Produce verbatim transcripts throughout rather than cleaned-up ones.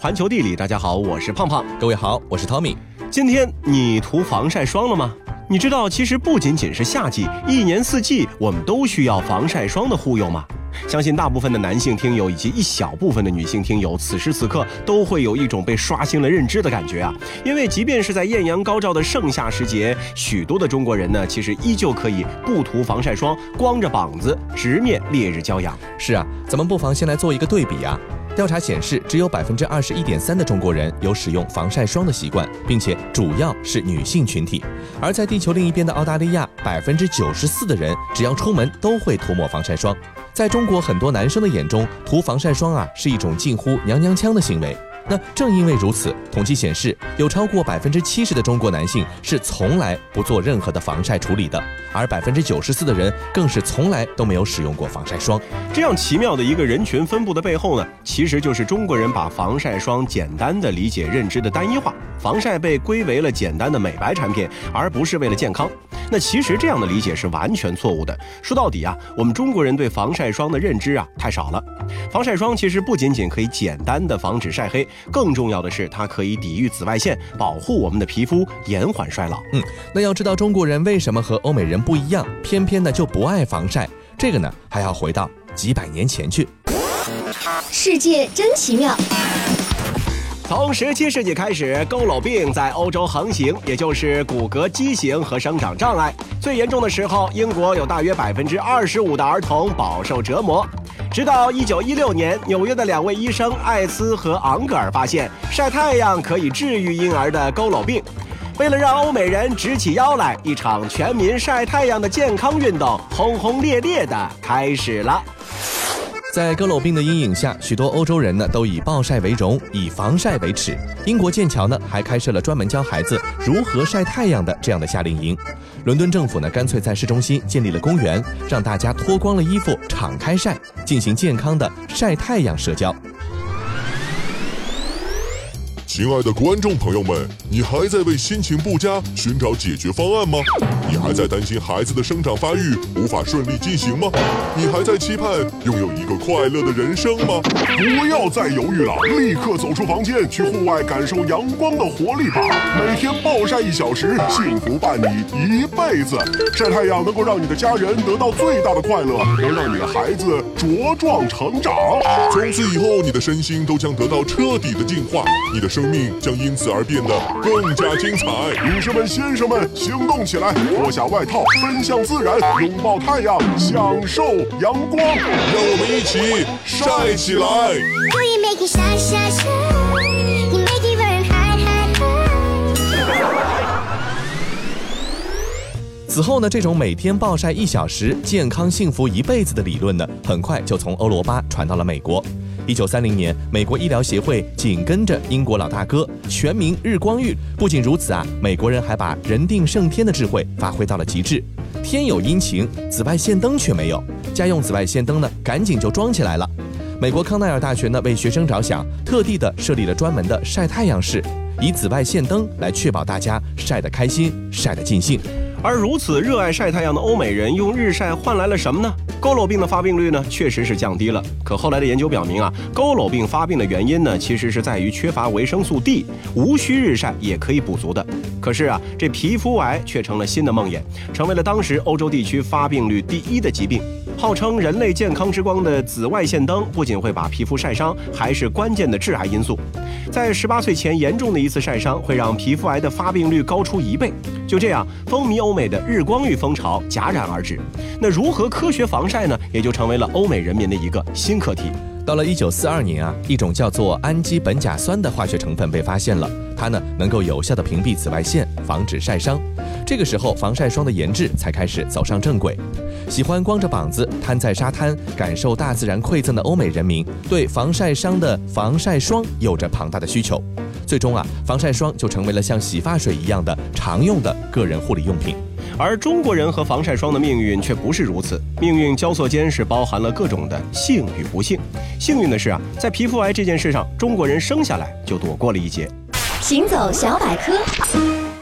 环球地理，大家好，我是胖胖。 各位好，我是 Tommy。 今天你涂防晒霜了吗？你知道其实不仅仅是夏季，一年四季我们都需要防晒霜的护佑吗？相信大部分的男性听友以及一小部分的女性听友，此时此刻都会有一种被刷新了认知的感觉啊！因为即便是在艳阳高照的盛夏时节，许多的中国人呢，其实依旧可以不涂防晒霜，光着膀子直面烈日骄阳。 是啊，咱们不妨先来做一个对比啊。调查显示，只有百分之二十一点三的中国人有使用防晒霜的习惯，并且主要是女性群体。而在地球另一边的澳大利亚，百分之九十四的人只要出门都会涂抹防晒霜。在中国很多男生的眼中，涂防晒霜啊是一种近乎娘娘腔的行为。那正因为如此，统计显示，有超过百分之七十的中国男性是从来不做任何的防晒处理的，而百分之九十四的人更是从来都没有使用过防晒霜。 这样奇妙的一个人群分布的背后呢，其实就是中国人把防晒霜简单的理解认知的单一化，防晒被归为了简单的美白产品，而不是为了健康。那其实这样的理解是完全错误的。说到底啊，我们中国人对防晒霜的认知啊太少了。防晒霜其实不仅仅可以简单的防止晒黑，更重要的是它可以抵御紫外线，保护我们的皮肤，延缓衰老。 嗯，那要知道中国人为什么和欧美人不一样，偏偏的就不爱防晒，这个呢还要回到几百年前去。 世界真奇妙。 从十七世纪开始，佝偻病在欧洲横行，也就是骨骼畸形和生长障碍。最严重的时候，英国有大约百分之二十五的儿童饱受折磨。直到一九一六年，纽约的两位医生艾斯和昂格尔发现，晒太阳可以治愈婴儿的佝偻病。为了让欧美人直起腰来，一场全民晒太阳的健康运动轰轰烈烈地开始了。 在佝偻病的阴影下，许多欧洲人呢都以暴晒为荣，以防晒为耻。英国剑桥呢还开设了专门教孩子如何晒太阳的这样的夏令营。伦敦政府呢干脆在市中心建立了公园，让大家脱光了衣服敞开晒，进行健康的晒太阳社交。 亲爱的观众朋友们，你还在为心情不佳寻找解决方案吗？你还在担心孩子的生长发育无法顺利进行吗？你还在期盼拥有一个快乐的人生吗？不要再犹豫了，立刻走出房间，去户外感受阳光的活力吧！每天暴晒一小时，幸福伴你一辈子。晒太阳能够让你的家人得到最大的快乐，能让你的孩子茁壮成长。从此以后，你的身心都将得到彻底的净化，你的生命将因此而变得更加精彩。女士们、先生们，行动起来，脱下外套，奔向自然，拥抱太阳，享受阳光。让我们一起晒起来。 此后呢，这种每天暴晒一小时，健康幸福一辈子的理论呢，很快就从欧罗巴传到了美国。一九三零年，美国医疗协会紧跟着英国老大哥，全民日光浴。不仅如此啊，美国人还把人定胜天的智慧发挥到了极致。天有阴晴，紫外线灯却没有，家用紫外线灯呢，赶紧就装起来了。美国康奈尔大学呢，为学生着想，特地的设立了专门的晒太阳室，以紫外线灯来确保大家晒得开心，晒得尽兴。 而如此热爱晒太阳的欧美人，用日晒换来了什么呢？佝偻病的发病率呢，确实是降低了。可后来的研究表明啊，佝偻病发病的原因呢，其实是在于缺乏维生素 D， 无需日晒也可以补足的。可是啊，这皮肤癌却成了新的梦魇，成为了当时欧洲地区发病率第一的疾病。号称人类健康之光的紫外线灯，不仅会把皮肤晒伤，还是关键的致癌因素。在十八岁前严重的一次晒伤，会让皮肤癌的发病率高出一倍。就这样，风靡欧美的日光浴风潮戛然而止。那如何科学防晒呢？也就成为了欧美人民的一个新课题。 到了一九四二年啊，一种叫做氨基苯甲酸的化学成分被发现了，它呢能够有效的屏蔽紫外线，防止晒伤。这个时候，防晒霜的研制才开始走上正轨。喜欢光着膀子瘫在沙滩，感受大自然馈赠的欧美人民，对防晒伤的防晒霜有着庞大的需求。最终啊，防晒霜就成为了像洗发水一样的常用的个人护理用品。 而中国人和防晒霜的命运却不是如此，命运交错间是包含了各种的幸与不幸。幸运的是啊，在皮肤癌这件事上，中国人生下来就躲过了一劫。 行走小百科。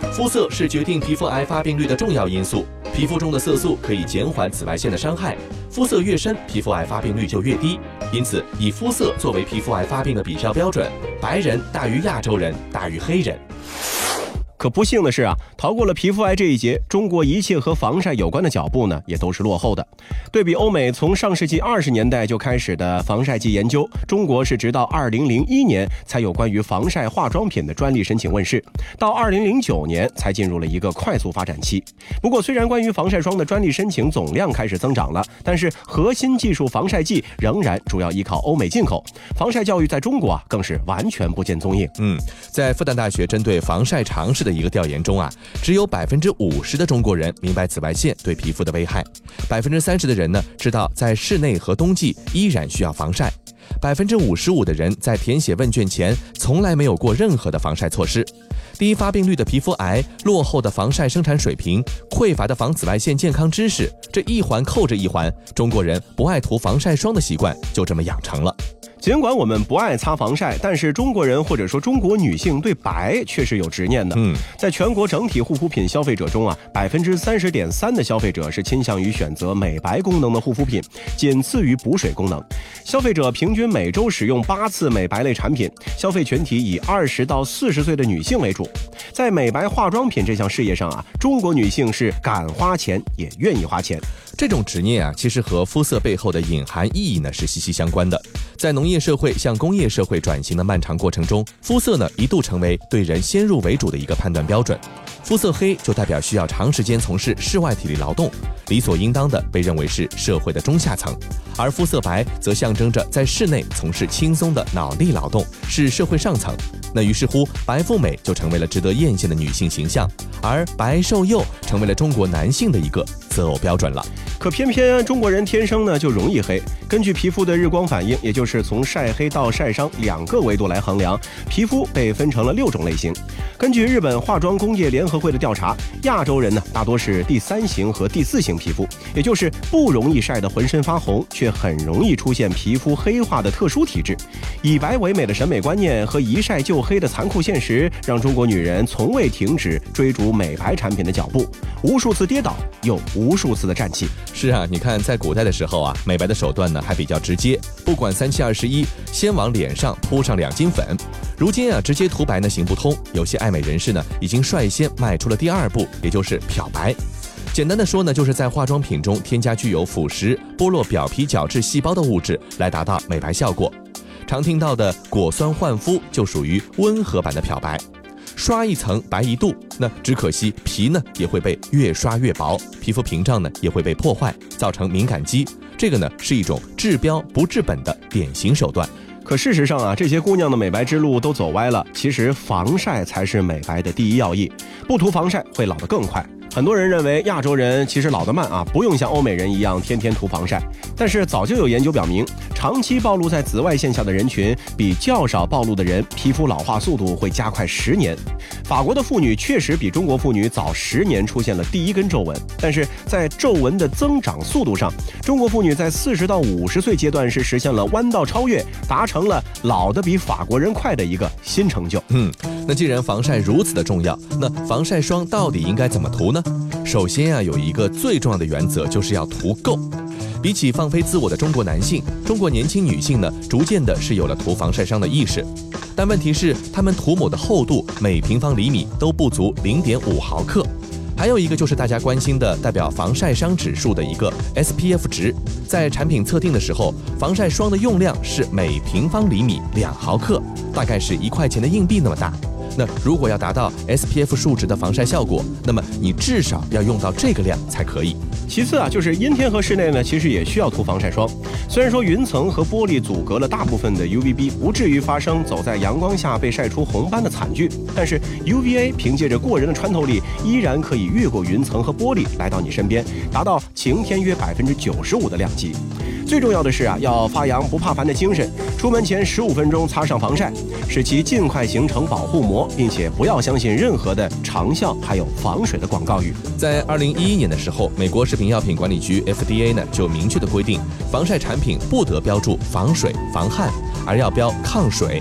肤色是决定皮肤癌发病率的重要因素，皮肤中的色素可以减缓紫外线的伤害，肤色越深，皮肤癌发病率就越低。因此，以肤色作为皮肤癌发病的比较标准，白人大于亚洲人，大于黑人。 可不幸的是啊，逃过了皮肤癌这一劫，中国一切和防晒有关的脚步呢，也都是落后的。对比欧美从上世纪二十年代就开始的防晒剂研究，中国是直到二零零一年才有关于防晒化妆品的专利申请问世，到二零零九年才进入了一个快速发展期。不过，虽然关于防晒霜的专利申请总量开始增长了，但是核心技术防晒剂仍然主要依靠欧美进口，防晒教育在中国啊更是完全不见踪影。 嗯，在复旦大学针对防晒常识的一个调研中啊，只有百分之五十的中国人明白紫外线对皮肤的危害，百分之三十的人呢知道在室内和冬季依然需要防晒，百分之五十五的人在填写问卷前从来没有过任何的防晒措施。低发病率的皮肤癌、落后的防晒生产水平、匮乏的防紫外线健康知识，这一环扣着一环，中国人不爱涂防晒霜的习惯就这么养成了。 尽管我们不爱擦防晒，但是中国人或者说中国女性对白却是有执念的。 嗯， 在全国整体护肤品消费者中啊，百分之三十点三的消费者是倾向于选择美白功能的护肤品，仅次于补水功能。消费者平均每周使用八次美白类产品，消费群体以二十到四十岁的女性为主。在美白化妆品这项事业上啊，中国女性是敢花钱也愿意花钱。 这种执念啊，其实和肤色背后的隐含意义呢是息息相关的。在农业社会向工业社会转型的漫长过程中，肤色呢一度成为对人先入为主的一个判断标准。肤色黑就代表需要长时间从事室外体力劳动，理所应当的被认为是社会的中下层；而肤色白则象征着在室内从事轻松的脑力劳动，是社会上层。那于是乎，白富美就成为了值得艳羡的女性形象，而白瘦幼成为了中国男性的一个择偶标准了。 可偏偏中国人天生呢就容易黑。根据皮肤的日光反应，也就是从晒黑到晒伤两个维度来衡量，皮肤被分成了六种类型。根据日本化妆工业联合会的调查，亚洲人呢大多是第三型和第四型皮肤，也就是不容易晒得浑身发红，却很容易出现皮肤黑化的特殊体质。以白为美的审美观念和一晒就黑的残酷现实，让中国女人从未停止追逐美白产品的脚步，无数次跌倒，又无数次的站起。 是啊，你看在古代的时候啊，美白的手段呢还比较直接，不管三七二十一，先往脸上铺上两斤粉。如今啊，直接涂白呢行不通，有些爱美人士呢已经率先迈出了第二步，也就是漂白。简单的说呢，就是在化妆品中添加具有腐蚀、剥落表皮角质细胞的物质，来达到美白效果。常听到的果酸焕肤就属于温和版的漂白。刷一层白一度，那只可惜皮呢也会被越刷越薄，皮肤屏障呢也会被破坏，造成敏感肌。这个呢是一种治标不治本的典型手段。 可事实上啊，这些姑娘的美白之路都走歪了。其实防晒才是美白的第一要义，不涂防晒会老得更快。很多人认为亚洲人其实老得慢啊，不用像欧美人一样天天涂防晒。但是早就有研究表明，长期暴露在紫外线下的人群，比较少暴露的人皮肤老化速度会加快十年。法国的妇女确实比中国妇女早十年出现了第一根皱纹，但是在皱纹的增长速度上，中国妇女在四十到五十岁阶段是实现了弯道超越，达成了老得比法国人快的一个新成就。 嗯，那既然防晒如此的重要，那防晒霜到底应该怎么涂呢？首先啊，有一个最重要的原则，就是要涂够。比起放飞自我的中国男性，中国年轻女性呢，逐渐的是有了涂防晒霜的意识。但问题是，她们涂抹的厚度每平方厘米都不足零点五毫克。还有一个就是大家关心的代表防晒伤指数的一个 S P F 值，在产品测定的时候，防晒霜的用量是每平方厘米两毫克，大概是一块钱的硬币那么大。那如果要达到 S P F 数值的防晒效果，那么你至少要用到这个量才可以。 其次啊，就是阴天和室内呢，其实也需要涂防晒霜。虽然说云层和玻璃阻隔了大部分的 U V B， 不至于发生走在阳光下被晒出红斑的惨剧，但是 U V A 凭借着过人的穿透力，依然可以越过云层和玻璃来到你身边，达到晴天约百分之九十五的量级。最重要的是啊，要发扬不怕烦的精神，出门前十五分钟擦上防晒，使其尽快形成保护膜，并且不要相信任何的长效还有防水的广告语。 在二零一一年的时候，美国食品药品管理局 F D A 呢就明确的规定，防晒产品不得标注防水、防汗，而要标抗水。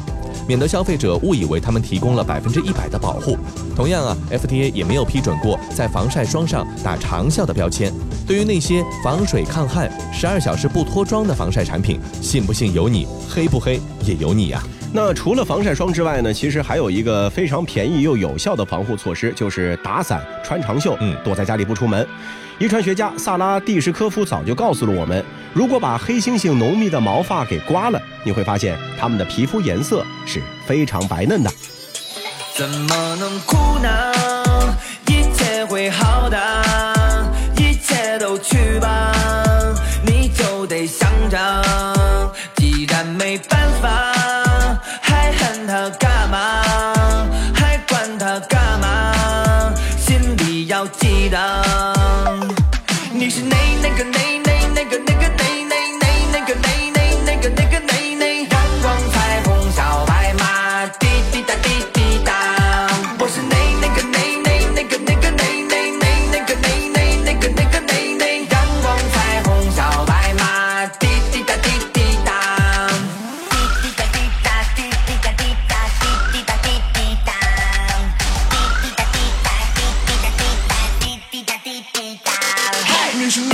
免得消费者误以为他们提供了百分之一百的保护。同样啊 ，F D A 也没有批准过在防晒霜上打长效的标签。对于那些防水抗汗、十二小时不脱妆的防晒产品，信不信由你，黑不黑也由你啊。 那除了防晒霜之外呢，其实还有一个非常便宜又有效的防护措施，就是打伞、穿长袖，嗯，躲在家里不出门。遗传学家萨拉蒂什科夫早就告诉了我们，如果把黑猩猩浓密的毛发给刮了，你会发现它们的皮肤颜色是非常白嫩的。 怎么能苦恼？一切会好的，一切都去吧，你就得想着，既然没办法，还恨他干嘛？还管他干嘛？心里要记得，你是那那个那那那个那个那那那那个那那那个那个那那阳光彩虹小白马，滴滴答滴滴答。我是那那个那那那个那个那那那那个那那那个那个那那阳光彩虹小白马，滴滴答滴滴答。滴滴答滴答滴滴答滴答滴滴答滴滴答。滴滴答滴答滴滴答滴答滴滴答。你是那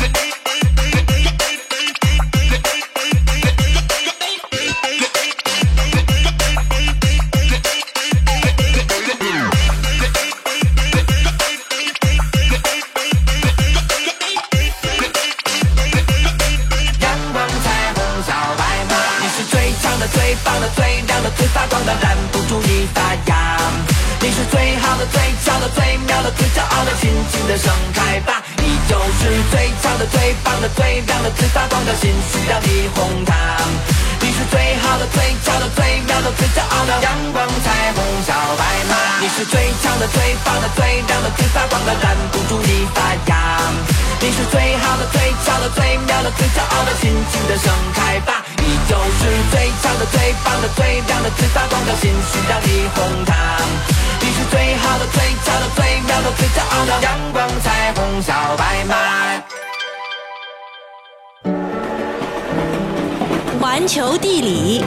最棒的最亮的最发光的拦不住你发芽，你是最好的最俏的最妙的最骄傲的尽情的盛开吧，你就是最俏的最棒的最亮的最发光的心需要你哄它，你是最好的最俏的最妙的最骄傲的阳光彩虹小白马，你是最强的最棒的最亮的最发光的拦不住你发芽，你是最好的最俏的最妙的最骄傲的尽情的盛开吧，你就是最强的最棒的最亮的最发光的心需让你哄它，你是最好的最俏的最妙的最骄傲的阳光彩虹小白马。 环球地理，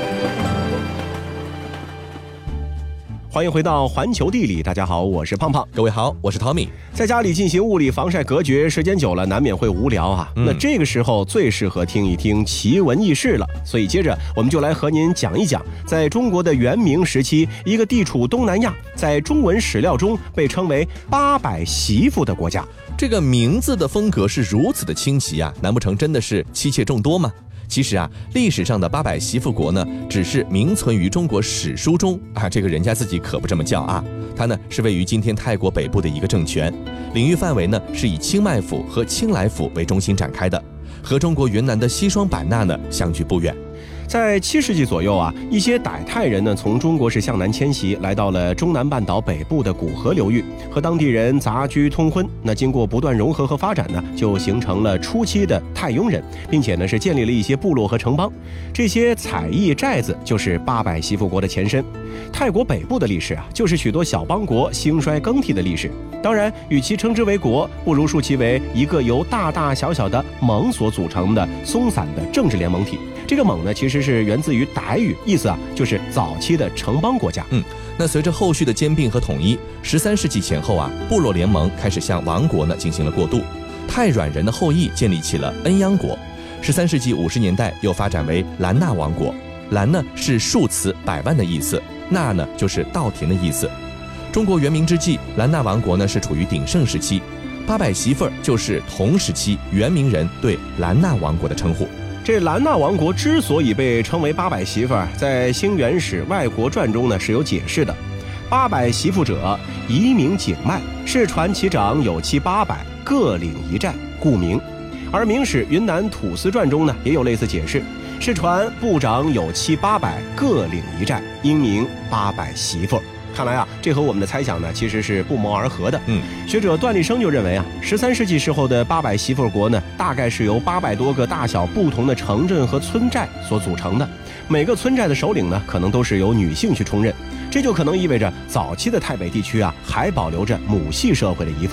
欢迎回到环球地理，大家好，我是胖胖。 各位好，我是 Tommy。 在家里进行物理防晒隔绝，时间久了难免会无聊啊、嗯、那这个时候最适合听一听奇闻异事了，所以接着我们就来和您讲一讲，在中国的元明时期，一个地处东南亚，在中文史料中被称为八百媳妇的国家。 这个名字的风格是如此的清奇啊，难不成真的是妻妾众多吗？其实啊，历史上的八百媳妇国呢，只是名存于中国史书中啊，这个人家自己可不这么叫啊。它呢是位于今天泰国北部的一个政权，领域范围呢是以清迈府和清莱府为中心展开的，和中国云南的西双版纳呢相距不远。 在七世纪左右啊，一些傣泰人呢从中国是向南迁徙，来到了中南半岛北部的古河流域，和当地人杂居通婚。那经过不断融合和发展呢，就形成了初期的泰庸人，并且呢是建立了一些部落和城邦。这些采邑寨子就是八百媳妇国的前身。泰国北部的历史啊，就是许多小邦国兴衰更替的历史。当然，与其称之为国，不如述其为一个由大大小小的盟所组成的松散的政治联盟体。这个盟呢，其实是源自于傣语，意思啊就是早期的城邦国家。 嗯，那随着后续的兼并和统一，十三世纪前后啊，部落联盟开始向王国呢进行了过渡。泰阮人的后裔建立起了恩央国。十三世纪五十年代又发展为兰纳王国。兰呢是数词百万的意思，纳呢就是稻田的意思。中国元明之际，兰纳王国呢是处于鼎盛时期，八百媳妇儿就是同时期元明人对兰纳王国的称呼。 这兰纳王国之所以被称为八百媳妇儿，在《兴元史外国传》中呢是有解释的。八百媳妇者，夷名景迈，世传其长有妻八百，各领一寨，故名。而《明史云南土司传》中呢也有类似解释，世传部长有妻八百，各领一寨，因名八百媳妇儿。看来啊，这和我们的猜想呢其实是不谋而合的。嗯，学者段立生就认为啊，十三世纪时候的八百媳妇国呢，大概是由八百多个大小不同的城镇和村寨所组成的，每个村寨的首领呢，可能都是由女性去充任，这就可能意味着早期的泰北地区啊，还保留着母系社会的遗风。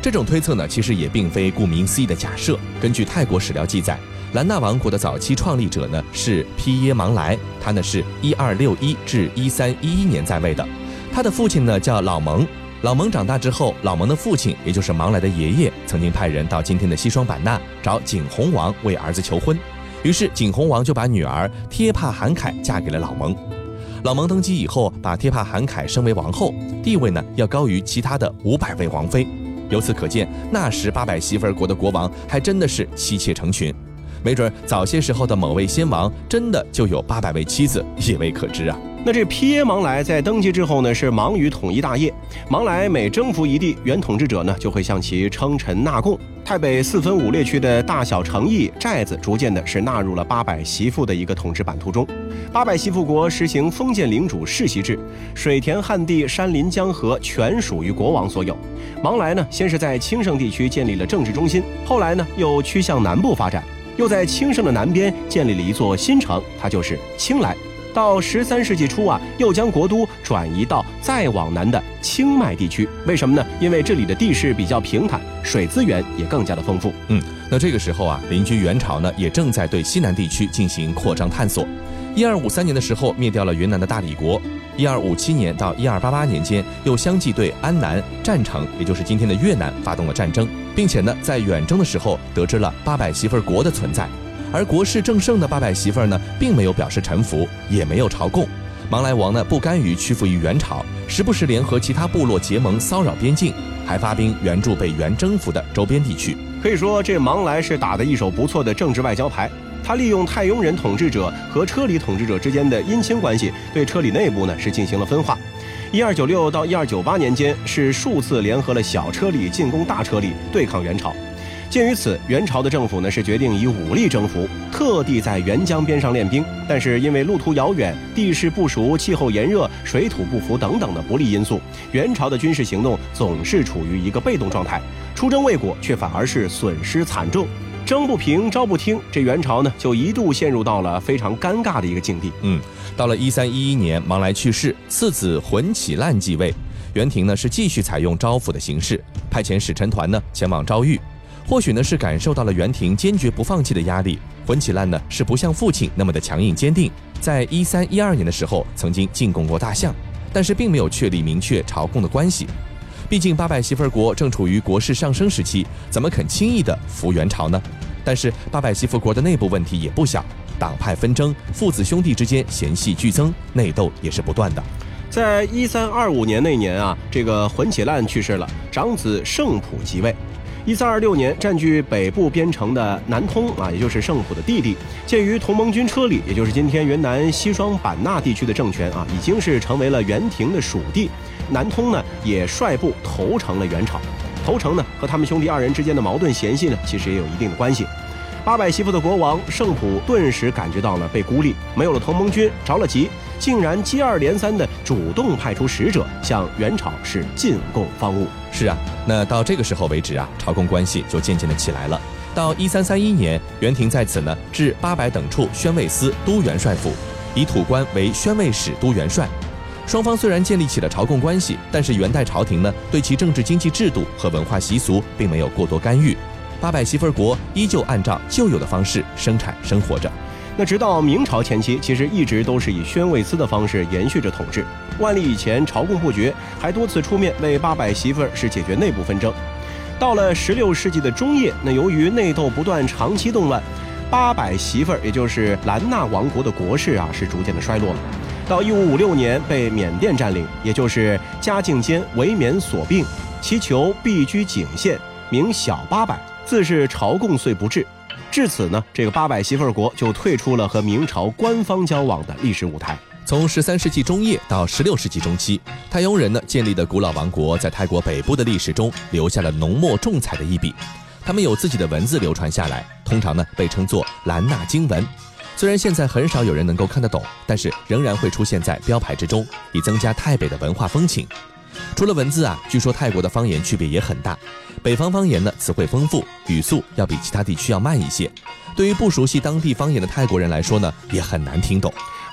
这种推测呢，其实也并非顾名思义的假设。根据泰国史料记载，兰纳王国的早期创立者呢是披耶芒莱，他呢是一二六一至一三一一年在位的。他的父亲呢叫老蒙。老蒙长大之后，老蒙的父亲也就是芒莱的爷爷，曾经派人到今天的西双版纳找景洪王为儿子求婚。于是景洪王就把女儿贴帕罕凯嫁给了老蒙。老蒙登基以后，把贴帕罕凯升为王后，地位呢要高于其他的五百位王妃。由此可见，那时八百媳妇国的国王还真的是妻妾成群，没准早些时候的某位先王真的就有八百位妻子，也未可知啊。 那这披耶芒莱在登基之后呢，是忙于统一大业。芒莱每征服一地，原统治者呢就会向其称臣纳贡。泰北四分五裂区的大小城邑寨子，逐渐的是纳入了八百媳妇的一个统治版图中。八百媳妇国实行封建领主世袭制，水田旱地、山林江河全属于国王所有。芒莱呢，先是在清盛地区建立了政治中心，后来呢又趋向南部发展，又在清盛的南边建立了一座新城，它就是清莱。到十三世纪初啊，又将国都转移到再往南的清迈地区。为什么呢？因为这里的地势比较平坦，水资源也更加的丰富。 嗯，那这个时候啊，邻居元朝呢也正在对西南地区进行扩张探索。一二五三年的时候灭掉了云南的大理国，一二五七年到一二八八年间又相继对安南、占城，也就是今天的越南发动了战争，并且呢在远征的时候得知了八百媳妇国的存在。而国势正盛的八百媳妇呢，并没有表示臣服，也没有朝贡。芒莱王呢，不甘于屈服于元朝，时不时联合其他部落结盟骚扰边境，还发兵援助被元征服的周边地区。 可以说，这芒莱是打得一手不错的政治外交牌。他利用泰庸人统治者和车里统治者之间的姻亲关系，对车里内部呢是进行了分化。一二九六到一二九八年间，是数次联合了小车里进攻大车里，对抗元朝。鉴于此，元朝的政府呢是决定以武力征服，特地在沅江边上练兵。但是因为路途遥远、地势不熟、气候炎热、水土不服等等的不利因素，元朝的军事行动总是处于一个被动状态，出征未果，却反而是损失惨重。征不平，招不听，这元朝呢就一度陷入到了非常尴尬的一个境地。 嗯，到了一三一一年，芒莱去世，次子浑起烂继位。元廷呢是继续采用招抚的形式，派遣使臣团呢前往招谕。或许呢是感受到了元廷坚决不放弃的压力，浑起烂呢是不像父亲那么的强硬坚定。在一三一二年的时候，曾经进贡过大象，但是并没有确立明确朝贡的关系。毕竟八百媳妇国正处于国势上升时期，怎么肯轻易的服元朝呢？但是八百媳妇国的内部问题也不小，党派纷争，父子兄弟之间嫌隙剧增，内斗也是不断的。 在一三二五年那年啊，这个浑起烂去世了，长子盛普即位。一三二六年，占据北部边城的南通啊，也就是盛普的弟弟，鉴于同盟军车里，也就是今天云南西双版纳地区的政权啊，已经是成为了元廷的属地，南通呢也率部投诚了元朝。投诚呢和他们兄弟二人之间的矛盾嫌隙呢，其实也有一定的关系。八百媳妇的国王盛普顿时感觉到了被孤立，没有了同盟军，着了急，竟然接二连三的主动派出使者向元朝是进贡方物。 是啊，那到这个时候为止啊，朝贡关系就渐渐的起来了。到一三三一年，元廷在此呢置八百等处宣慰司都元帅府，以土官为宣慰使都元帅。双方虽然建立起了朝贡关系，但是元代朝廷呢对其政治经济制度和文化习俗并没有过多干预。八百媳妇国依旧按照旧有的方式生产生活着。 那直到明朝前期，其实一直都是以宣慰司的方式延续着统治。万历以前朝贡不绝，还多次出面为八百媳妇是解决内部纷争。到了十六世纪的中叶，那由于内斗不断，长期动乱，八百媳妇也就是兰纳王国的国势啊是逐渐的衰落了。到一五五六年被缅甸占领，也就是嘉靖间为缅所并，其酋避居景县，名小八百，自是朝贡遂不至。至此呢，这个八百媳妇国就退出了和明朝官方交往的历史舞台。 从十三世纪中叶到十六世纪中期，泰庸人呢建立的古老王国在泰国北部的历史中留下了浓墨重彩的一笔。他们有自己的文字流传下来，通常呢被称作兰纳经文。虽然现在很少有人能够看得懂，但是仍然会出现在标牌之中，以增加泰北的文化风情。除了文字啊，据说泰国的方言区别也很大。北方方言呢词汇丰富，语速要比其他地区要慢一些，对于不熟悉当地方言的泰国人来说呢，也很难听懂。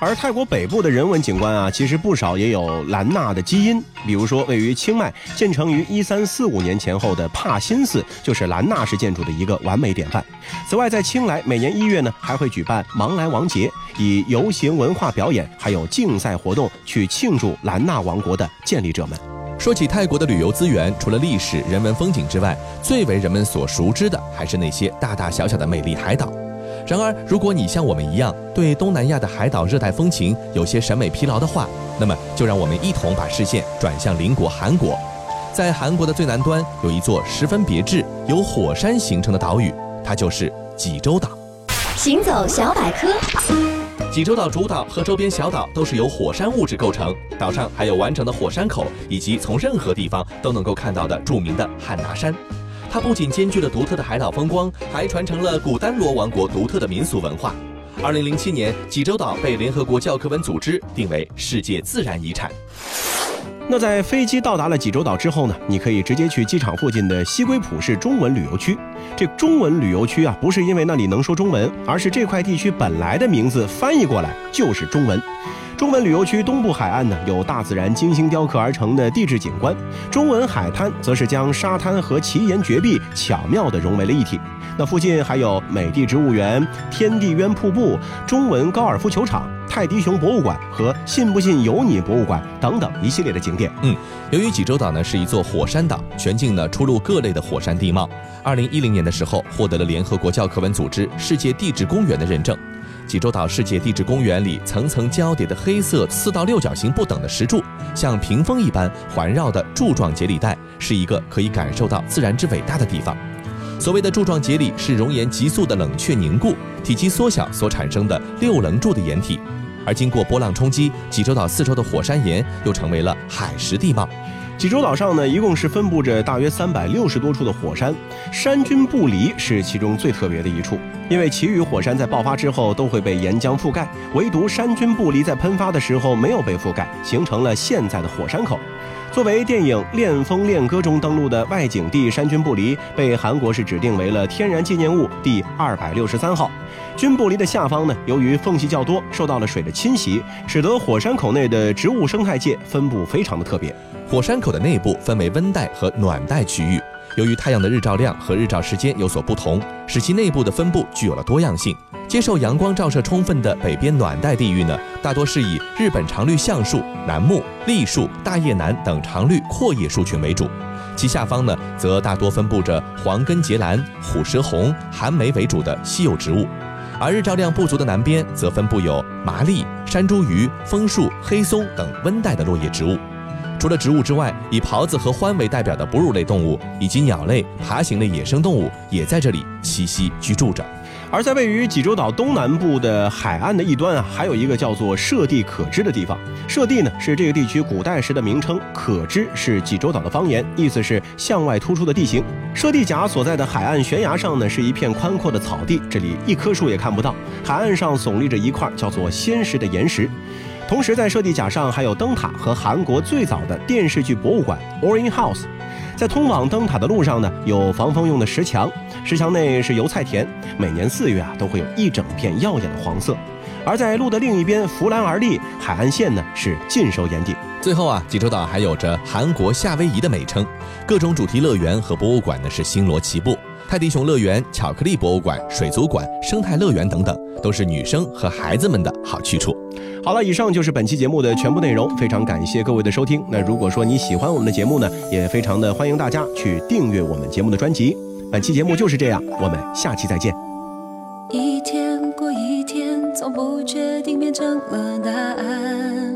而泰国北部的人文景观啊，其实不少也有兰纳的基因，比如说位于清迈、建成于一三四五年前后的帕辛寺，就是兰纳式建筑的一个完美典范。此外，在清莱每年一月呢，还会举办芒莱王节，以游行、文化表演还有竞赛活动去庆祝兰纳王国的建立者们。 说起泰国的旅游资源，除了历史、人文风景之外，最为人们所熟知的还是那些大大小小的美丽海岛。然而，如果你像我们一样对东南亚的海岛热带风情有些审美疲劳的话，那么就让我们一同把视线转向邻国韩国。在韩国的最南端有一座十分别致、由火山形成的岛屿，它就是济州岛。 行走小百科。 济州岛主岛和周边小岛都是由火山物质构成，岛上还有完整的火山口，以及从任何地方都能够看到的著名的汉拿山。它不仅兼具了独特的海岛风光，还传承了古丹罗王国独特的民俗文化。二零零七年，济州岛被联合国教科文组织定为世界自然遗产。 那在飞机到达了济州岛之后呢，你可以直接去机场附近的西归浦市中文旅游区。这中文旅游区啊，不是因为那里能说中文，而是这块地区本来的名字翻译过来就是中文。中文旅游区东部海岸呢，有大自然精心雕刻而成的地质景观，中文海滩则是将沙滩和奇岩绝壁巧妙地融为了一体。那附近还有美的植物园、天地渊瀑布、中文高尔夫球场、泰迪熊博物馆和信不信由你博物馆等等一系列的景点。 嗯，由于济州岛呢是一座火山岛，全境呢出入各类的火山地貌。二零一零年的时候，获得了联合国教科文组织世界地质公园的认证。济州岛世界地质公园里层层交叠的黑色四到六角形不等的石柱，像屏风一般环绕的柱状节理带，是一个可以感受到自然之伟大的地方。所谓的柱状节理是熔岩急速的冷却凝固，体积缩小所产生的六棱柱的岩体，而经过波浪冲击，济州岛四周的火山岩又成为了海蚀地貌。 济州岛上呢，一共是分布着大约三百六十多处的火山，山君布离是其中最特别的一处，因为其余火山在爆发之后都会被岩浆覆盖，唯独山君布离在喷发的时候没有被覆盖，形成了现在的火山口。作为电影《恋风恋歌》中登陆的外景地，山君布离被韩国是指定为了天然纪念物第二百六十三号。君布离的下方呢，由于缝隙较多，受到了水的侵袭，使得火山口内的植物生态界分布非常的特别。 火山口的内部分为温带和暖带区域，由于太阳的日照量和日照时间有所不同，使其内部的分布具有了多样性。接受阳光照射充分的北边暖带地域呢，大多是以日本常绿橡树、楠木、栎树、大叶楠等常绿阔叶树群为主，其下方呢，则大多分布着黄根节兰、虎舌红、寒梅为主的稀有植物。而日照量不足的南边，则分布有麻栗、山茱萸、枫树、黑松等温带的落叶植物。除了植物之外，以狍子和獾为代表的哺乳类动物，以及鸟类、爬行类野生动物也在这里栖息居住着。 而在位于济州岛东南部的海岸的一端啊，还有一个叫做涉地可知的地方。涉地呢是这个地区古代时的名称，可知是济州岛的方言，意思是向外突出的地形。涉地岬所在的海岸悬崖上呢，是一片宽阔的草地，这里一棵树也看不到。海岸上耸立着一块叫做仙石的岩石。同时在涉地岬上还有灯塔和韩国最早的电视剧博物馆 Orange House。 在通往灯塔的路上呢，有防风用的石墙，石墙内是油菜田，每年四月啊都会有一整片耀眼的黄色。而在路的另一边扶栏而立，海岸线呢是尽收眼底。 最后啊，济州岛还有着韩国夏威夷的美称，各种主题乐园和博物馆呢是星罗棋布。泰迪熊乐园、巧克力博物馆、水族馆、生态乐园等等，都是女生和孩子们的好去处。 好了，以上就是本期节目的全部内容，非常感谢各位的收听。那如果说你喜欢我们的节目呢，也非常的欢迎大家去订阅我们节目的专辑。本期节目就是这样，我们下期再见。 一天过一天，从不确定变成了答案。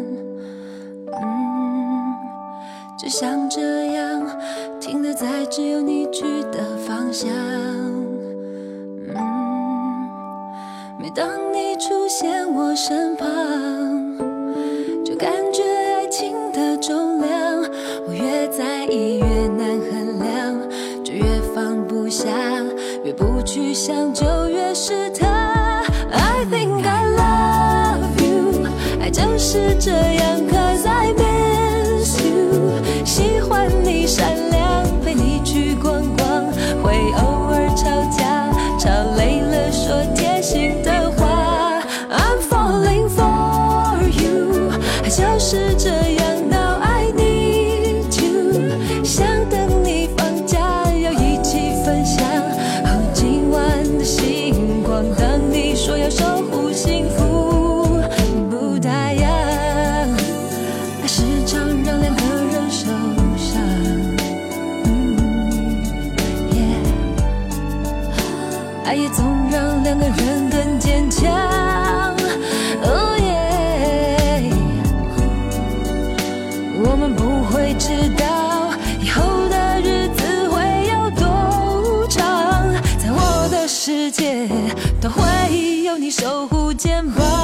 嗯，就像这样停留在只有你去的方向。嗯，每当你出现我身旁，就感觉爱情的重量，我越在意越难衡量，就越放不下，越不去想就越是他。I think I love you， 爱就是这样 ，Cause I miss you， 喜欢你善良，陪你去逛逛，会偶尔吵架，吵累了说贴心的话。I'm falling for 它会有你守护肩膀。